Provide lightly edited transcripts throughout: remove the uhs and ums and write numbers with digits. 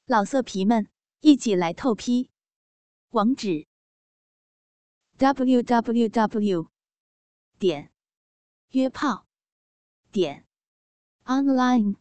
老色皮们，一起来透批！网址 www.约炮online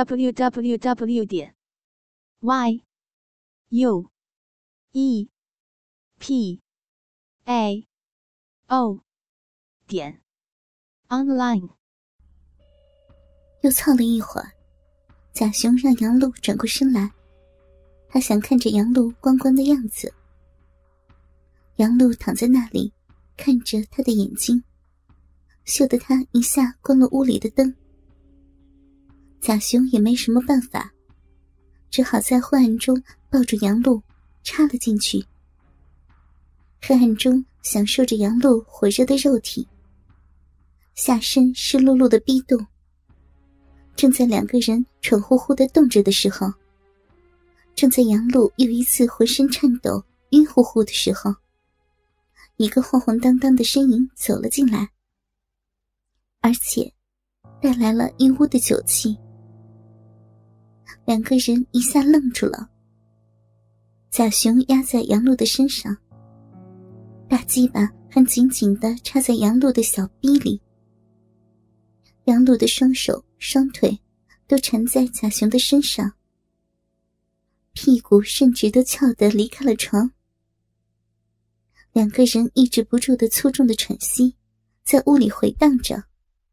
www.yuepao.online。 又操了一会儿，贾雄让杨璐转过身来，他想看着杨璐光光的样子。杨璐躺在那里，看着他的眼睛，羞得他一下关了屋里的灯。贾雄也没什么办法，只好在昏暗中抱住杨璐，插了进去。黑暗中享受着杨璐火热的肉体，下身湿漉漉的逼动。正在两个人蠢乎乎地动着的时候，正在杨璐又一次浑身颤抖晕乎乎的时候，一个晃晃荡荡的身影走了进来，而且带来了一屋的酒气。两个人一下愣住了。贾雄压在杨璐的身上，大鸡巴还紧紧地插在杨璐的小逼里。杨璐的双手双腿都缠在贾雄的身上，屁股甚至都翘得离开了床。两个人抑制不住的粗重的喘息在屋里回荡着。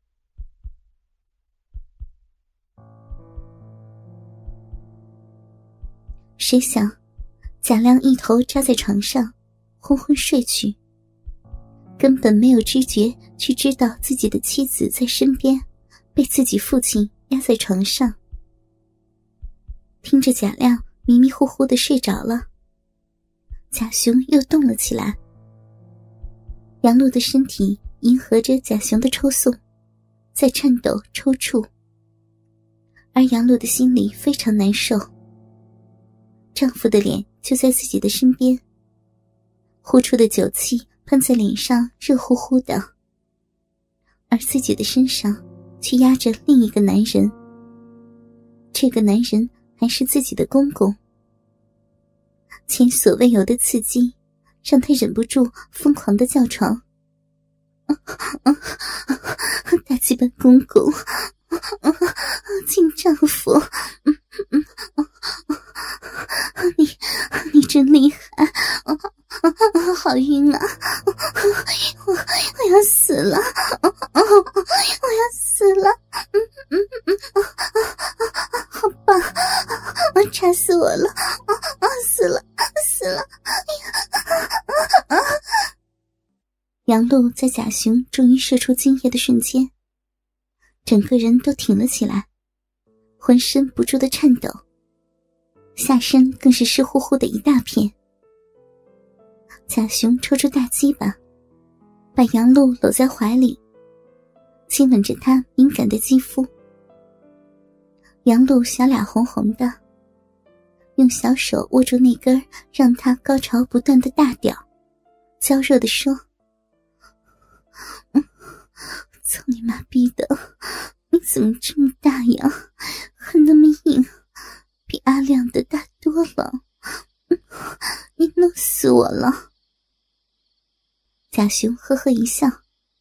谁想贾亮一头扎在床上昏昏睡去，根本没有知觉去知道自己的妻子在身边被自己父亲压在床上。听着贾亮迷迷糊糊地睡着了，贾雄又动了起来。杨璐的身体迎合着贾雄的抽送，在颤抖抽搐，而杨璐的心里非常难受。丈夫的脸就在自己的身边，呼出的酒气喷在脸上热乎乎的，而自己的身上却压着另一个男人。这个男人还是自己的公公。前所未有的刺激让他忍不住疯狂地叫床。大鸡巴公公，亲丈夫，你真厉害，好晕啊，我要死了，我要死了，好棒，插死我了，死了死了。杨璐在贾雄终于射出精液的瞬间，整个人都挺了起来，浑身不住地颤抖，下身更是湿乎乎的一大片。贾雄抽出大鸡巴，把杨璐搂在怀里，亲吻着她敏感的肌肤。杨璐小脸红红的，用小手握住那根让她高潮不断的大屌，娇弱地说：操你妈逼的，你怎么这么大呀，还那么硬，比阿亮的大多了，你弄死我了。贾雄呵呵一笑，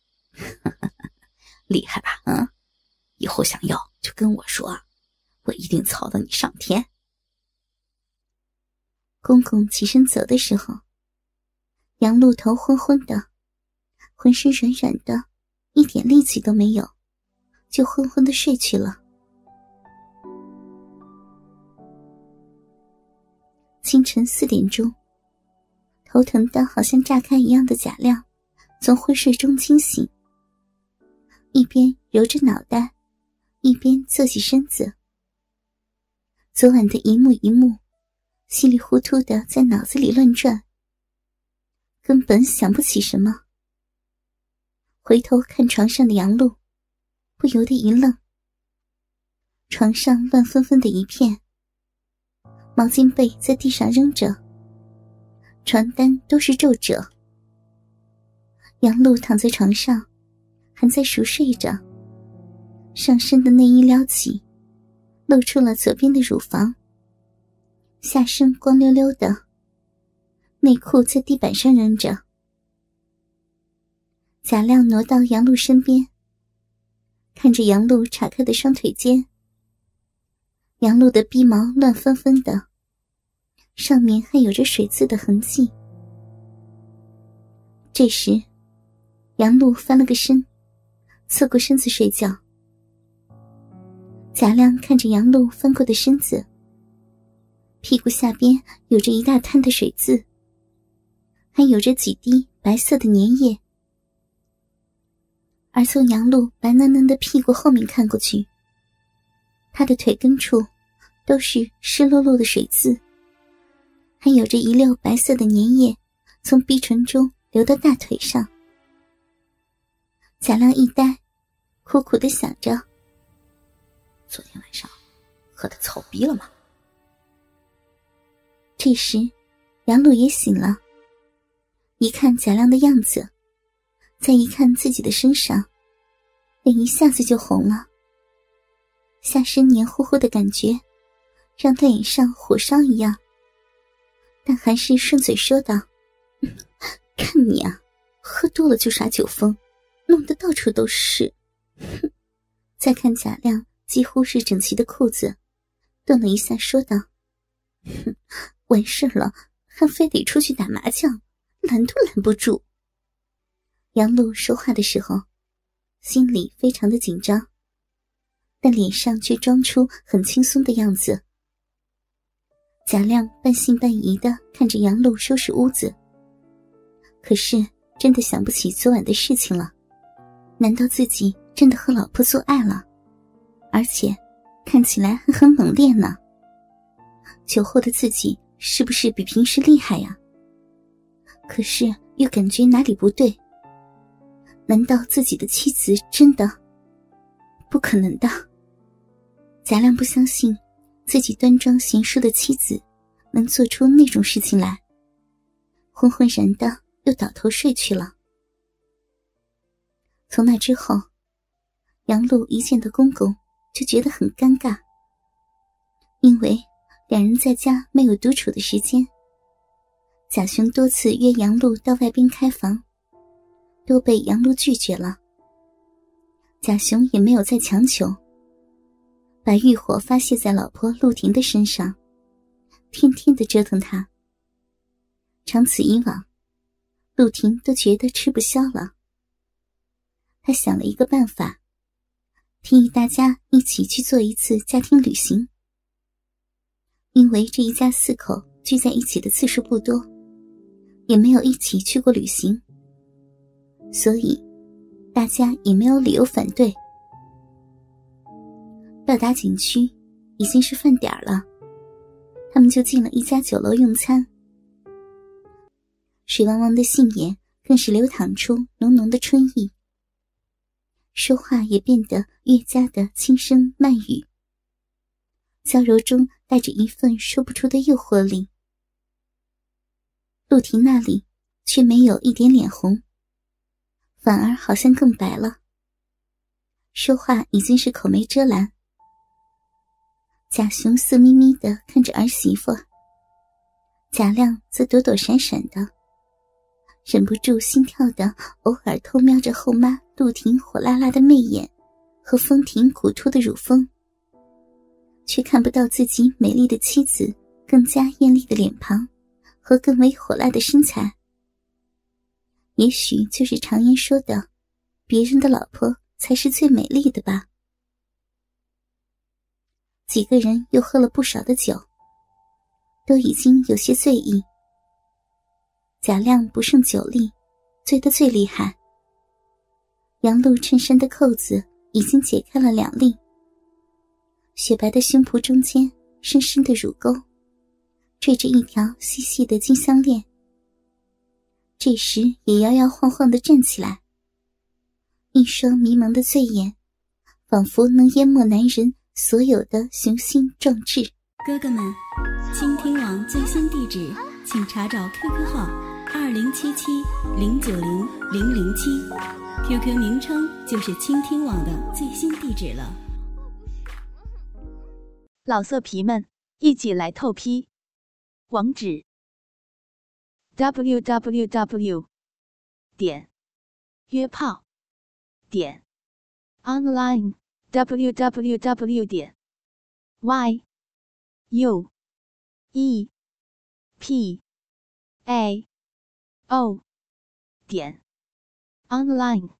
厉害吧？以后想要就跟我说，我一定操到你上天。 公公起身走的时候，杨璐头昏昏的，浑身软软的，一点力气都没有，就昏昏的睡去了。清晨4点钟，头疼的好像炸开一样的贾亮从昏睡中惊醒，一边揉着脑袋，一边坐起身子。昨晚的一幕一幕稀里糊涂的在脑子里乱转，根本想不起什么。回头看床上的杨璐，不由得一愣。床上乱纷纷的一片，毛巾被在地上扔着，床单都是皱褶。杨璐躺在床上还在熟睡着，上身的内衣撩起，露出了左边的乳房， 下身光溜溜的，内裤在地板上扔着。贾亮挪到杨璐身边，看着杨璐岔开的双腿间，杨璐的逼毛乱纷纷的，上面还有着水渍的痕迹。这时杨璐翻了个身，侧过身子睡觉。贾亮看着杨璐翻过的身子，屁股下边有着一大滩的水渍，还有着几滴白色的粘液。而从杨璐白嫩嫩的屁股后面看过去，她的腿根处都是湿漉漉的水渍，还有着一溜白色的粘液从逼唇中流到大腿上。贾亮一呆，苦苦地想着， 昨天晚上和他操逼了吗？ 这时杨璐也醒了，一看贾亮的样子，再一看自己的身上，脸一下子就红了，下身黏糊糊的感觉让他脸上火烧一样，但还是顺嘴说道，看你啊，喝多了就耍酒疯，弄得到处都是。再看贾亮几乎是整齐的裤子，顿了一下说道，完事了还非得出去打麻将，拦都拦不住。杨璐说话的时候心里非常的紧张，但脸上却装出很轻松的样子。贾亮半信半疑地看着杨璐收拾屋子，可是真的想不起昨晚的事情了。难道自己真的和老婆做爱了？而且看起来还很猛烈呢。酒后的自己是不是比平时厉害呀？可是又感觉哪里不对。难道自己的妻子真的？不可能的。贾亮不相信自己端庄贤淑的妻子能做出那种事情来，昏昏然的又倒头睡去了。从那之后，杨璐一见到公公就觉得很尴尬，因为两人在家没有独处的时间。贾雄多次约杨璐到外边开房，都被杨璐拒绝了。贾雄也没有再强求，把欲火发泄在老婆陆婷的身上，天天的折腾她。长此以往，陆婷都觉得吃不消了。他想了一个办法，提议大家一起去做一次家庭旅行。因为这一家4口聚在一起的次数不多，也没有一起去过旅行，所以大家也没有理由反对。到达景区已经是饭点了，他们就进了一家酒楼用餐。水汪汪的杏眼更是流淌出浓浓的春意，说话也变得越加的轻声慢语，娇柔中带着一份说不出的诱惑力。陆婷那里却没有一点脸红，反而好像更白了，说话已经是口没遮拦。贾雄色眯眯地看着儿媳妇，贾亮则躲躲闪闪的，忍不住心跳的偶尔偷瞄着后妈陆婷火辣辣的媚眼和丰挺鼓凸的乳峰，却看不到自己美丽的妻子更加艳丽的脸庞和更为火辣的身材。也许就是常言说的，别人的老婆才是最美丽的吧。几个人又喝了不少的酒，都已经有些醉意。贾亮不胜酒力，醉得最厉害。杨璐衬衫的扣子已经解开了2粒，雪白的胸脯中间深深的乳沟缀着一条细细的金项链，这时也摇摇晃晃地站起来，一双迷蒙的醉眼仿佛能淹没男人所有的雄心壮志。 哥哥们，倾听网最新地址请查找 QQ 号2077-090-007， QQ 名称就是倾听网的最新地址了。老色皮们，一起来透批！ 网址 www.约炮.online www.yuepao.online